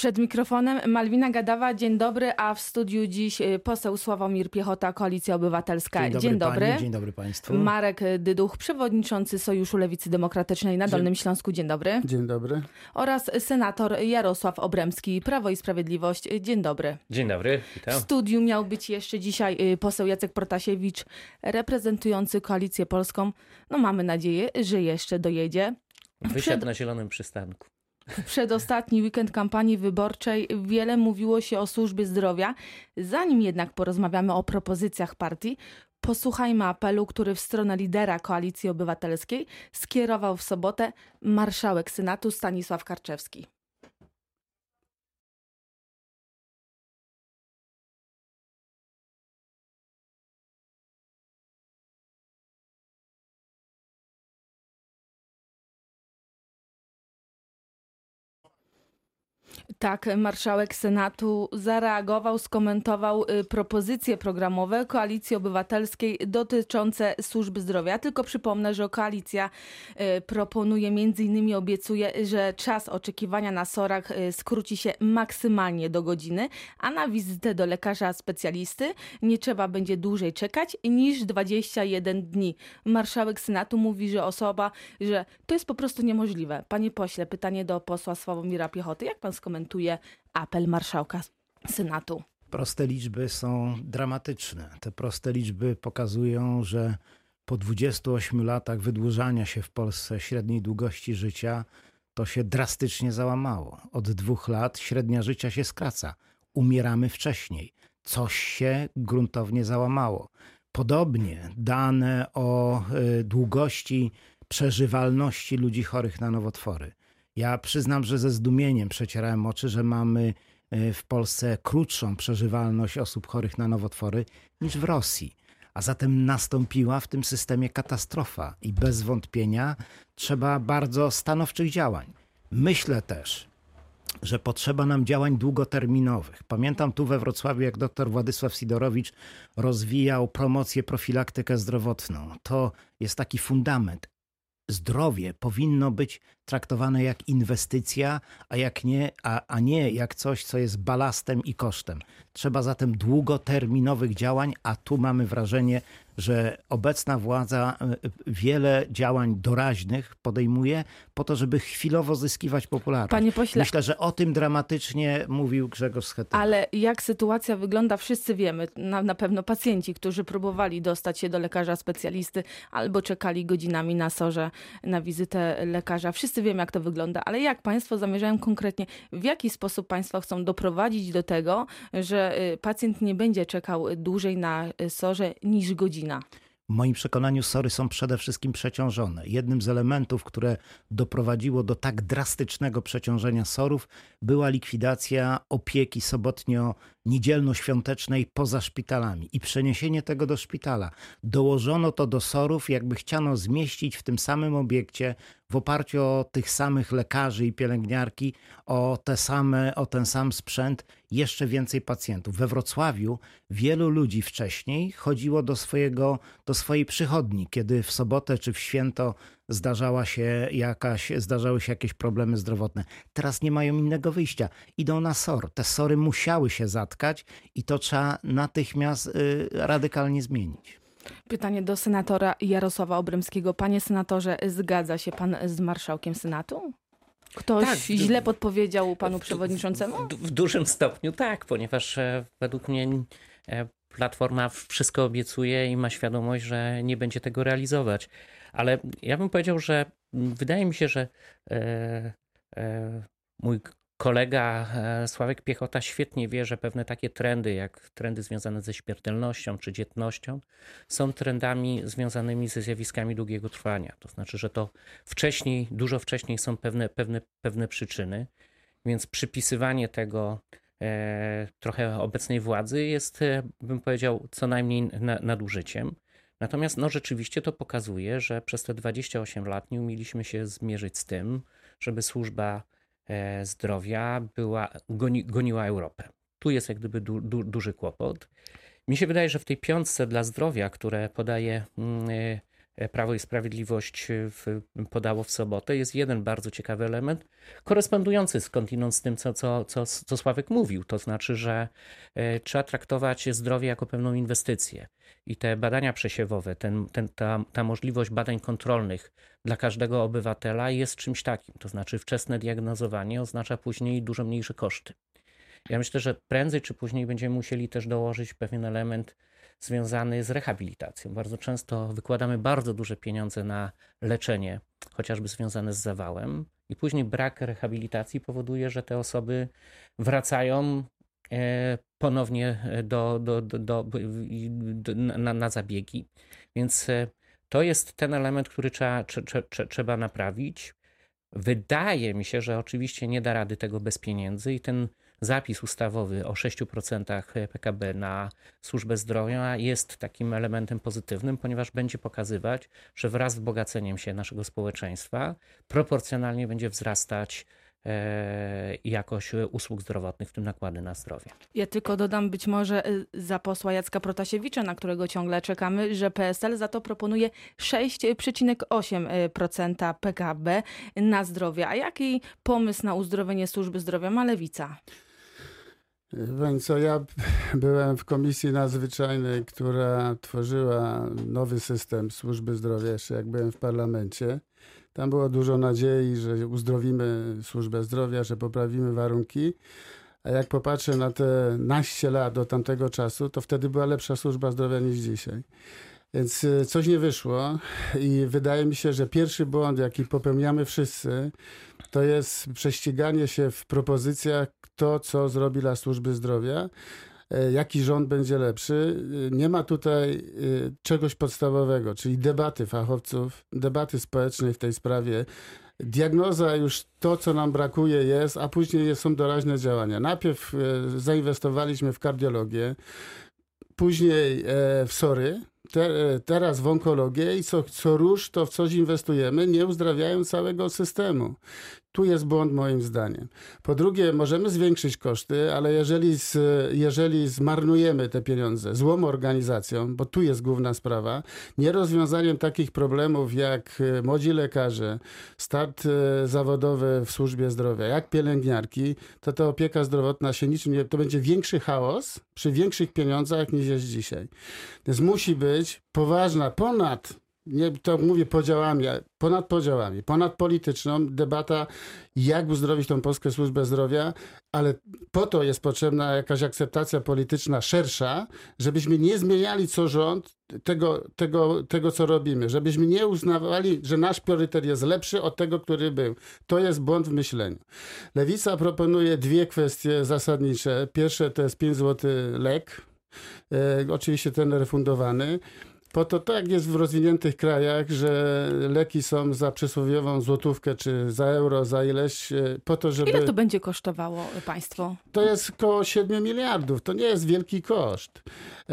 Przed mikrofonem Malwina Gadawa, dzień dobry, a w studiu dziś poseł Sławomir Piechota, Koalicja Obywatelska. Dzień dobry pani, dzień dobry państwu. Marek Dyduch, przewodniczący Sojuszu Lewicy Demokratycznej na Dolnym Śląsku. Dzień dobry. Dzień dobry. Oraz senator Jarosław Obremski, Prawo i Sprawiedliwość. Dzień dobry. Dzień dobry, witam. W studiu miał być jeszcze dzisiaj poseł Jacek Protasiewicz, reprezentujący Koalicję Polską. No mamy nadzieję, że jeszcze dojedzie. Wysiadł na zielonym przystanku. Przedostatni weekend kampanii wyborczej wiele mówiło się o służbie zdrowia. Zanim jednak porozmawiamy o propozycjach partii, posłuchajmy apelu, który w stronę lidera Koalicji Obywatelskiej skierował w sobotę marszałek Senatu Stanisław Karczewski. Tak, marszałek Senatu zareagował, skomentował propozycje programowe Koalicji Obywatelskiej dotyczące służby zdrowia. Tylko przypomnę, że koalicja proponuje, obiecuje, że czas oczekiwania na SOR-ach skróci się maksymalnie do godziny, a na wizytę do lekarza specjalisty nie trzeba będzie dłużej czekać niż 21 dni. Marszałek Senatu mówi, że to jest po prostu niemożliwe. Panie pośle, pytanie do posła Sławomira Piechoty. Jak pan skomentuje apel marszałka Senatu? Proste liczby są dramatyczne. Te proste liczby pokazują, że po 28 latach wydłużania się w Polsce średniej długości życia to się drastycznie załamało. Od 2 lat średnia życia się skraca. Umieramy wcześniej. Coś się gruntownie załamało. Podobnie dane o długości przeżywalności ludzi chorych na nowotwory. Ja przyznam, że ze zdumieniem przecierałem oczy, że mamy w Polsce krótszą przeżywalność osób chorych na nowotwory niż w Rosji. A zatem nastąpiła w tym systemie katastrofa i bez wątpienia trzeba bardzo stanowczych działań. Myślę też, że potrzeba nam działań długoterminowych. Pamiętam tu we Wrocławiu, jak dr Władysław Sidorowicz rozwijał promocję, profilaktykę zdrowotną. To jest taki fundament. Zdrowie powinno być traktowane jak inwestycja, a nie jak coś, co jest balastem i kosztem. Trzeba zatem długoterminowych działań, a tu mamy wrażenie, że obecna władza wiele działań doraźnych podejmuje po to, żeby chwilowo zyskiwać popularność. Panie pośle, myślę, że o tym dramatycznie mówił Grzegorz Schetyna. Ale jak sytuacja wygląda, wszyscy wiemy. Na pewno pacjenci, którzy próbowali dostać się do lekarza specjalisty albo czekali godzinami na SOR-ze na wizytę lekarza. Wszyscy wiemy, jak to wygląda, ale jak państwo zamierzają konkretnie, w jaki sposób państwo chcą doprowadzić do tego, że pacjent nie będzie czekał dłużej na SOR-ze niż godzina? W moim przekonaniu SOR-y są przede wszystkim przeciążone. Jednym z elementów, które doprowadziło do tak drastycznego przeciążenia SOR-ów, była likwidacja opieki sobotnio-niedzielno-świątecznej poza szpitalami i przeniesienie tego do szpitala. Dołożono to do SOR-ów, jakby chciano zmieścić w tym samym obiekcie, w oparciu o tych samych lekarzy i pielęgniarki, o ten sam sprzęt, jeszcze więcej pacjentów. We Wrocławiu wielu ludzi wcześniej chodziło do swojej przychodni, kiedy w sobotę czy w święto zdarzały się jakieś problemy zdrowotne. Teraz nie mają innego wyjścia. Idą na SOR. Te SOR-y musiały się zatkać i to trzeba natychmiast radykalnie zmienić. Pytanie do senatora Jarosława Obremskiego. Panie senatorze, zgadza się pan z marszałkiem Senatu? Ktoś tak, źle podpowiedział panu przewodniczącemu? W dużym stopniu tak, ponieważ według mnie Platforma wszystko obiecuje i ma świadomość, że nie będzie tego realizować. Ale ja bym powiedział, że wydaje mi się, że mój kolega Sławek Piechota świetnie wie, że pewne takie trendy, jak trendy związane ze śmiertelnością czy dzietnością, są trendami związanymi ze zjawiskami długiego trwania. To znaczy, że to dużo wcześniej są pewne przyczyny, więc przypisywanie tego trochę obecnej władzy jest, bym powiedział, co najmniej nadużyciem. Natomiast rzeczywiście to pokazuje, że przez te 28 lat nie umieliśmy się zmierzyć z tym, żeby służba zdrowia goniła Europę. Tu jest jak gdyby duży kłopot. Mi się wydaje, że w tej piątce dla zdrowia, które podaje Prawo i Sprawiedliwość podało w sobotę, jest jeden bardzo ciekawy element, korespondujący skądinąd z tym, co Sławek mówił. To znaczy, że trzeba traktować zdrowie jako pewną inwestycję. I te badania przesiewowe, ta możliwość badań kontrolnych dla każdego obywatela jest czymś takim. To znaczy wczesne diagnozowanie oznacza później dużo mniejsze koszty. Ja myślę, że prędzej czy później będziemy musieli też dołożyć pewien element związany z rehabilitacją. Bardzo często wykładamy bardzo duże pieniądze na leczenie, chociażby związane z zawałem, i później brak rehabilitacji powoduje, że te osoby wracają ponownie na zabiegi. Więc to jest ten element, który trzeba naprawić. Wydaje mi się, że oczywiście nie da rady tego bez pieniędzy i ten zapis ustawowy o 6% PKB na służbę zdrowia jest takim elementem pozytywnym, ponieważ będzie pokazywać, że wraz z wzbogaceniem się naszego społeczeństwa proporcjonalnie będzie wzrastać jakość usług zdrowotnych, w tym nakłady na zdrowie. Ja tylko dodam być może za posła Jacka Protasiewicza, na którego ciągle czekamy, że PSL za to proponuje 6,8% PKB na zdrowie. A jaki pomysł na uzdrowienie służby zdrowia ma Lewica? Ja byłem w komisji nadzwyczajnej, która tworzyła nowy system służby zdrowia, jeszcze jak byłem w parlamencie. Tam było dużo nadziei, że uzdrowimy służbę zdrowia, że poprawimy warunki. A jak popatrzę na te naście lat do tamtego czasu, to wtedy była lepsza służba zdrowia niż dzisiaj. Więc coś nie wyszło i wydaje mi się, że pierwszy błąd, jaki popełniamy wszyscy, to jest prześciganie się w propozycjach, kto co zrobi dla służby zdrowia, jaki rząd będzie lepszy. Nie ma tutaj czegoś podstawowego, czyli debaty fachowców, debaty społecznej w tej sprawie. Diagnoza już to, co nam brakuje jest, a później są doraźne działania. Najpierw zainwestowaliśmy w kardiologię, później w SOR-y, teraz w onkologię i co rusz to w coś inwestujemy, nie uzdrawiając całego systemu. Tu jest błąd moim zdaniem. Po drugie, możemy zwiększyć koszty, ale jeżeli zmarnujemy te pieniądze złą organizacją, bo tu jest główna sprawa, nie rozwiązaniem takich problemów jak młodzi lekarze, start zawodowy w służbie zdrowia, jak pielęgniarki, to ta opieka zdrowotna się niczym nie... To będzie większy chaos przy większych pieniądzach niż jest dzisiaj. Więc musi być poważna, to mówię ponad podziałami, ponad polityczną debata, jak uzdrowić tą polską służbę zdrowia, ale po to jest potrzebna jakaś akceptacja polityczna szersza, żebyśmy nie zmieniali co rząd tego, co robimy, żebyśmy nie uznawali, że nasz priorytet jest lepszy od tego, który był. To jest błąd w myśleniu. Lewica proponuje dwie kwestie zasadnicze. Pierwsze to jest 5 zł lek, oczywiście ten refundowany. Po to tak jest w rozwiniętych krajach, że leki są za przysłowiową złotówkę, czy za euro, za ileś, po to, żeby... Ile to będzie kosztowało państwo? To jest około 7 miliardów. To nie jest wielki koszt.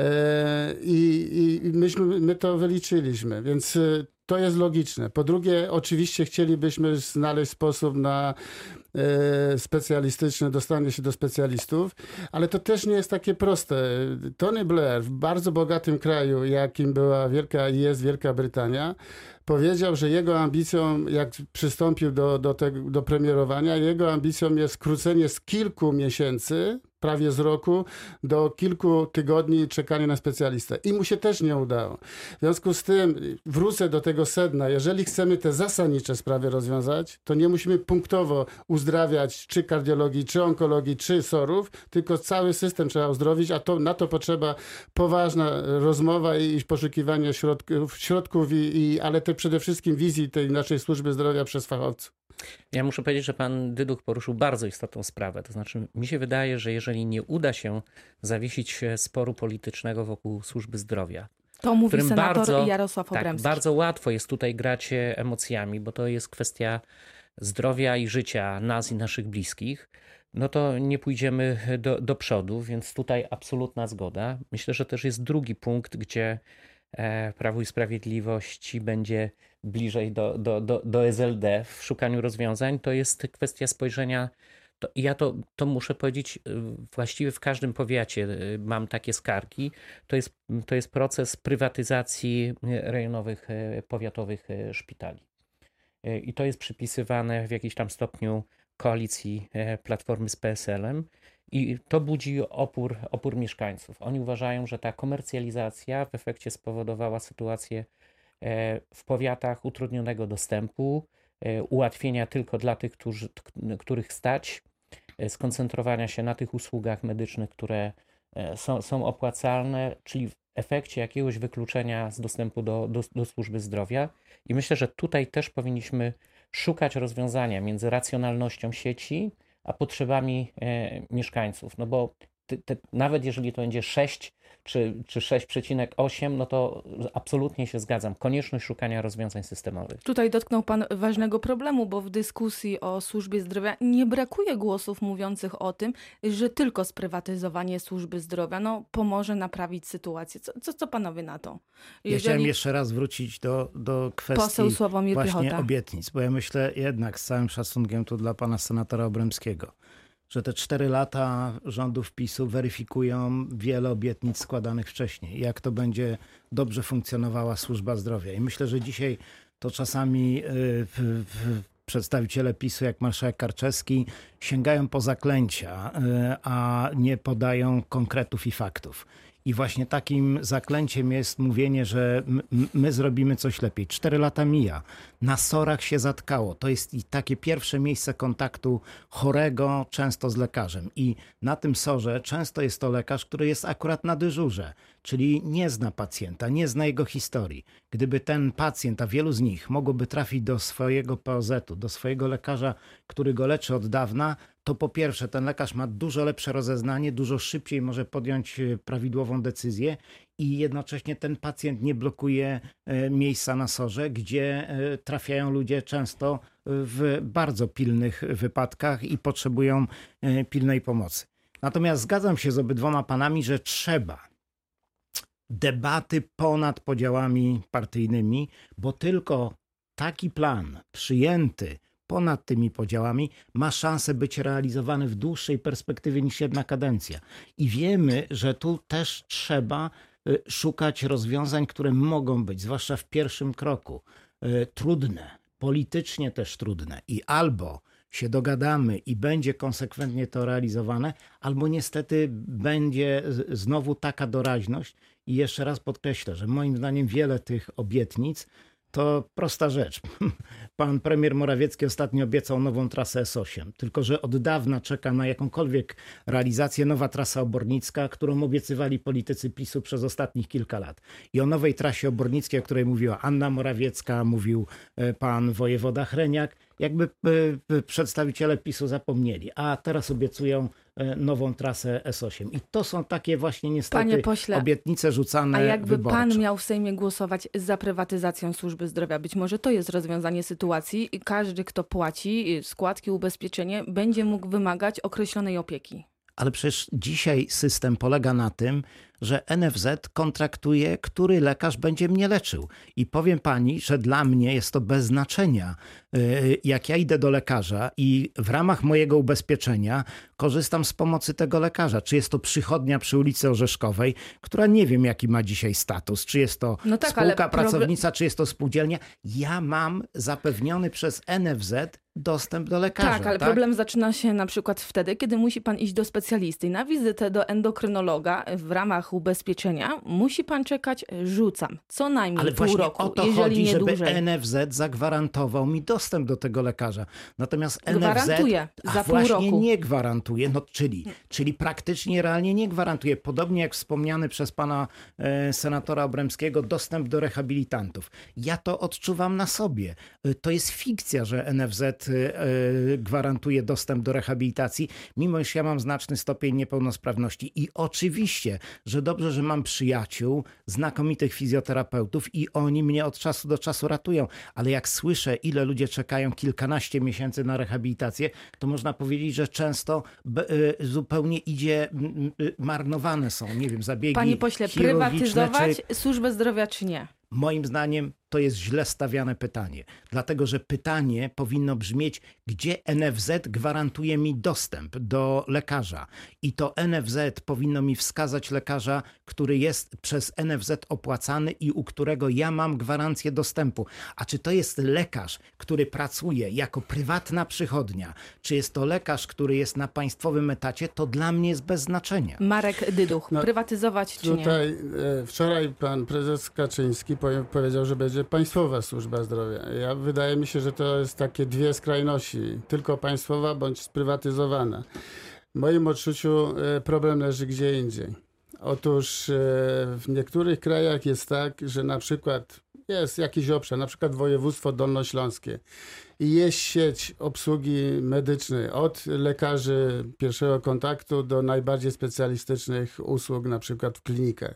I my to wyliczyliśmy, więc to jest logiczne. Po drugie, oczywiście chcielibyśmy znaleźć sposób na specjalistyczne dostanie się do specjalistów, ale to też nie jest takie proste. Tony Blair w bardzo bogatym kraju, jakim była jest Wielka Brytania, powiedział, że jego ambicją, jak przystąpił do premierowania, jego ambicją jest skrócenie z kilku miesięcy, prawie z roku, do kilku tygodni czekania na specjalistę. I mu się też nie udało. W związku z tym wrócę do tego sedna. Jeżeli chcemy te zasadnicze sprawy rozwiązać, to nie musimy punktowo uzdrawiać czy kardiologii, czy onkologii, czy SOR-ów, tylko cały system trzeba uzdrowić, a na to potrzeba poważna rozmowa i poszukiwanie środków, ale przede wszystkim wizji tej naszej służby zdrowia przez fachowców. Ja muszę powiedzieć, że pan Dyduch poruszył bardzo istotną sprawę. To znaczy, mi się wydaje, że jeżeli nie uda się zawiesić sporu politycznego wokół służby zdrowia, to mówi senator Jarosław Obremski. Tak, bardzo łatwo jest tutaj grać emocjami, bo to jest kwestia zdrowia i życia nas i naszych bliskich, no to nie pójdziemy do przodu, więc tutaj absolutna zgoda. Myślę, że też jest drugi punkt, gdzie Prawo i Sprawiedliwości będzie bliżej do SLD w szukaniu rozwiązań, to jest kwestia spojrzenia to muszę powiedzieć, właściwie w każdym powiacie mam takie skargi. To jest proces prywatyzacji rejonowych, powiatowych szpitali. I to jest przypisywane w jakimś tam stopniu koalicji Platformy z PSL-em. I to budzi opór mieszkańców. Oni uważają, że ta komercjalizacja w efekcie spowodowała sytuację w powiatach utrudnionego dostępu, ułatwienia tylko dla tych, których stać, skoncentrowania się na tych usługach medycznych, które są opłacalne, czyli w efekcie jakiegoś wykluczenia z dostępu do służby zdrowia. I myślę, że tutaj też powinniśmy szukać rozwiązania między racjonalnością sieci a potrzebami mieszkańców. No bo nawet jeżeli to będzie 6 czy 6,8, no to absolutnie się zgadzam. Konieczność szukania rozwiązań systemowych. Tutaj dotknął pan ważnego problemu, bo w dyskusji o służbie zdrowia nie brakuje głosów mówiących o tym, że tylko sprywatyzowanie służby zdrowia pomoże naprawić sytuację. Co panowie na to? Ja chciałem jeszcze raz wrócić do kwestii poseł Sławomir właśnie Piechota. Obietnic, bo ja myślę jednak z całym szacunkiem tu dla pana senatora Obremskiego, że te 4 lata rządów PiS-u weryfikują wiele obietnic składanych wcześniej. Jak to będzie dobrze funkcjonowała służba zdrowia. I myślę, że dzisiaj to czasami przedstawiciele PiS-u, jak marszałek Karczewski, sięgają po zaklęcia, a nie podają konkretów i faktów. I właśnie takim zaklęciem jest mówienie, że my zrobimy coś lepiej. 4 lata mija. Na SOR-ach się zatkało. To jest i takie pierwsze miejsce kontaktu chorego często z lekarzem. I na tym SOR-ze często jest to lekarz, który jest akurat na dyżurze, czyli nie zna pacjenta, nie zna jego historii. Gdyby ten pacjent, a wielu z nich, mogłoby trafić do swojego POZ-u, do swojego lekarza, który go leczy od dawna, to po pierwsze ten lekarz ma dużo lepsze rozeznanie, dużo szybciej może podjąć prawidłową decyzję i jednocześnie ten pacjent nie blokuje miejsca na SOR-ze, gdzie trafiają ludzie często w bardzo pilnych wypadkach i potrzebują pilnej pomocy. Natomiast zgadzam się z obydwoma panami, że trzeba debaty ponad podziałami partyjnymi, bo tylko taki plan przyjęty ponad tymi podziałami ma szansę być realizowany w dłuższej perspektywie niż jedna kadencja. I wiemy, że tu też trzeba szukać rozwiązań, które mogą być, zwłaszcza w pierwszym kroku, trudne, politycznie też trudne. I albo się dogadamy i będzie konsekwentnie to realizowane, albo niestety będzie znowu taka doraźność. I jeszcze raz podkreślę, że moim zdaniem wiele tych obietnic to prosta rzecz. Pan premier Morawiecki ostatnio obiecał nową trasę S8, tylko że od dawna czeka na jakąkolwiek realizację nowa trasa obornicka, którą obiecywali politycy PiS-u przez ostatnich kilka lat. I o nowej trasie obornickiej, o której mówiła Anna Morawiecka, mówił pan wojewoda Hreniak, jakby przedstawiciele PiS-u zapomnieli, a teraz obiecują nową trasę S8. I to są takie właśnie niestety, panie pośle, obietnice rzucane wyborczo. A jakby pan miał w Sejmie głosować za prywatyzacją służby zdrowia, być może to jest rozwiązanie sytuacji i każdy, kto płaci składki, ubezpieczenie, będzie mógł wymagać określonej opieki. Ale przecież dzisiaj system polega na tym, że NFZ kontraktuje, który lekarz będzie mnie leczył. I powiem pani, że dla mnie jest to bez znaczenia. Jak ja idę do lekarza i w ramach mojego ubezpieczenia korzystam z pomocy tego lekarza. Czy jest to przychodnia przy ulicy Orzeszkowej, która nie wiem jaki ma dzisiaj status. Czy jest to spółka pracownicza, czy jest to spółdzielnia. Ja mam zapewniony przez NFZ dostęp do lekarza. Tak, ale problem zaczyna się na przykład wtedy, kiedy musi pan iść do specjalisty. I na wizytę do endokrynologa w ramach ubezpieczenia musi pan czekać, rzucam, co najmniej pół roku, o to jeżeli chodzi, nie żeby dłużej. NFZ zagwarantował mi dostęp do tego lekarza. Natomiast gwarantuje NFZ za pół roku. Nie gwarantuje, czyli praktycznie realnie nie gwarantuje. Podobnie jak wspomniany przez pana senatora Obremskiego dostęp do rehabilitantów. Ja to odczuwam na sobie. To jest fikcja, że NFZ gwarantuje dostęp do rehabilitacji, mimo iż ja mam znaczny stopień niepełnosprawności. I oczywiście, że dobrze, że mam przyjaciół, znakomitych fizjoterapeutów i oni mnie od czasu do czasu ratują. Ale jak słyszę, ile ludzie czekają kilkanaście miesięcy na rehabilitację, to można powiedzieć, że często zupełnie marnowane są, nie wiem, zabiegi. Panie pośle, prywatyzować służbę zdrowia czy nie? Moim zdaniem to jest źle stawiane pytanie. Dlatego, że pytanie powinno brzmieć, gdzie NFZ gwarantuje mi dostęp do lekarza. I to NFZ powinno mi wskazać lekarza, który jest przez NFZ opłacany i u którego ja mam gwarancję dostępu. A czy to jest lekarz, który pracuje jako prywatna przychodnia, czy jest to lekarz, który jest na państwowym etacie, to dla mnie jest bez znaczenia. Marek Dyduch, prywatyzować czy nie? Tutaj wczoraj pan prezes Kaczyński powiedział, że będzie państwowa służba zdrowia. Wydaje mi się, że to jest takie dwie skrajności. Tylko państwowa bądź sprywatyzowana. W moim odczuciu problem leży gdzie indziej. Otóż w niektórych krajach jest tak, że na przykład jest jakiś obszar, na przykład województwo dolnośląskie i jest sieć obsługi medycznej od lekarzy pierwszego kontaktu do najbardziej specjalistycznych usług, na przykład w klinikach.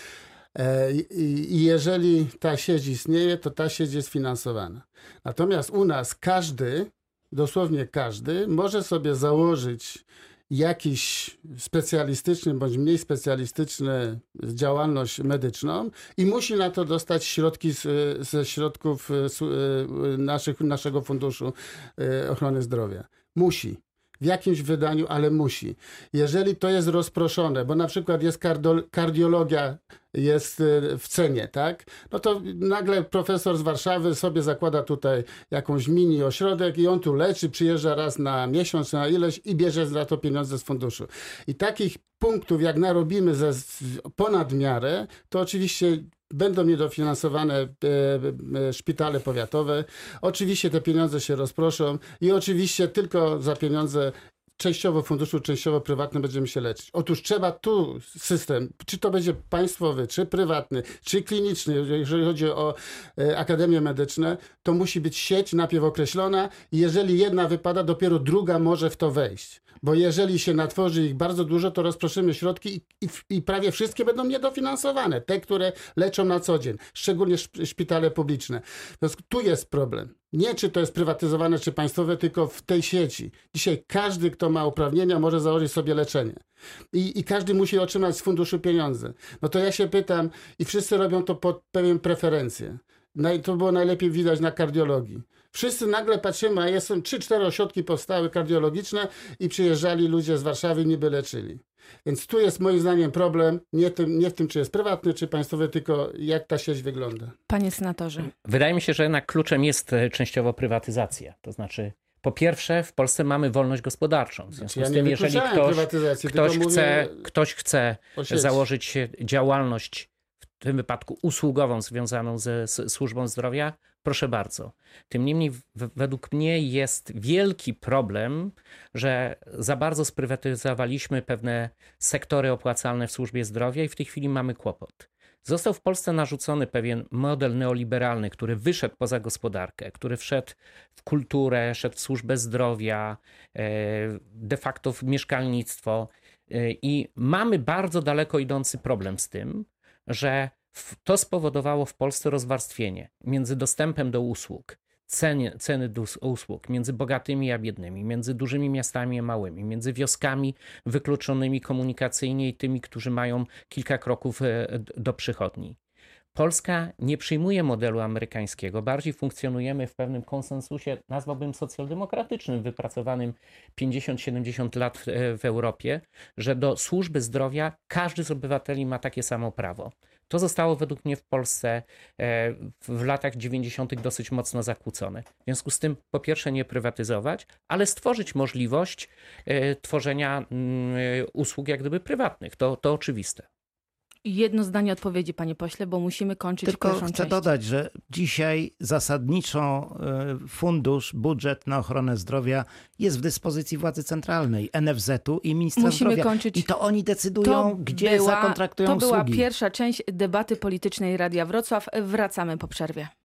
I jeżeli ta sieć istnieje, to ta sieć jest finansowana. Natomiast u nas dosłownie każdy może sobie założyć jakiś specjalistyczny bądź mniej specjalistyczny działalność medyczną i musi na to dostać środki ze środków naszego Funduszu Ochrony Zdrowia. Musi. W jakimś wydaniu, ale musi. Jeżeli to jest rozproszone, bo na przykład jest kardiologia jest w cenie, tak? No to nagle profesor z Warszawy sobie zakłada tutaj jakąś mini ośrodek i on tu leczy, przyjeżdża raz na miesiąc, na ileś i bierze za to pieniądze z funduszu. I takich punktów, jak narobimy ponad miarę, to oczywiście będą niedofinansowane szpitale powiatowe. Oczywiście te pieniądze się rozproszą i oczywiście tylko za pieniądze częściowo funduszu, częściowo prywatnym będziemy się leczyć. Otóż trzeba tu system, czy to będzie państwowy, czy prywatny, czy kliniczny, jeżeli chodzi o akademie medyczne, to musi być sieć najpierw określona i jeżeli jedna wypada, dopiero druga może w to wejść. Bo jeżeli się natworzy ich bardzo dużo, to rozproszymy środki i prawie wszystkie będą niedofinansowane. Te, które leczą na co dzień, szczególnie szpitale publiczne. Tu jest problem. Nie czy to jest prywatyzowane, czy państwowe, tylko w tej sieci. Dzisiaj każdy, kto ma uprawnienia, może założyć sobie leczenie. I każdy musi otrzymać z funduszu pieniądze. No to ja się pytam i wszyscy robią to pod pewien preferencje. To było najlepiej widać na kardiologii. Wszyscy nagle patrzymy, a są 3-4 ośrodki powstały kardiologiczne i przyjeżdżali ludzie z Warszawy i niby leczyli. Więc tu jest moim zdaniem problem, nie w tym, czy jest prywatny, czy państwowy, tylko jak ta sieć wygląda. Panie senatorze. Wydaje mi się, że jednak kluczem jest częściowo prywatyzacja. To znaczy, po pierwsze, w Polsce mamy wolność gospodarczą. W związku z tym, jeżeli ktoś chce założyć działalność, w tym wypadku usługową, związaną ze służbą zdrowia, proszę bardzo. Tym niemniej według mnie jest wielki problem, że za bardzo sprywatyzowaliśmy pewne sektory opłacalne w służbie zdrowia i w tej chwili mamy kłopot. Został w Polsce narzucony pewien model neoliberalny, który wyszedł poza gospodarkę, który wszedł w kulturę, szedł w służbę zdrowia, de facto w mieszkalnictwo i mamy bardzo daleko idący problem z tym, że to spowodowało w Polsce rozwarstwienie między dostępem do usług, ceny do usług, między bogatymi a biednymi, między dużymi miastami a małymi, między wioskami wykluczonymi komunikacyjnie i tymi, którzy mają kilka kroków do przychodni. Polska nie przyjmuje modelu amerykańskiego, bardziej funkcjonujemy w pewnym konsensusie, nazwałbym socjaldemokratycznym, wypracowanym 50-70 lat w Europie, że do służby zdrowia każdy z obywateli ma takie samo prawo. To zostało według mnie w Polsce w latach 90. dosyć mocno zakłócone. W związku z tym po pierwsze nie prywatyzować, ale stworzyć możliwość tworzenia usług jak gdyby prywatnych. To oczywiste. Jedno zdanie odpowiedzi, panie pośle, bo musimy kończyć Tylko pierwszą chcę część. dodać, że dzisiaj zasadniczo budżet na ochronę zdrowia jest w dyspozycji władzy centralnej, NFZ-u i ministra zdrowia. Kończyć. I to oni decydują, gdzie zakontraktują usługi. To była pierwsza część debaty politycznej Radia Wrocław. Wracamy po przerwie.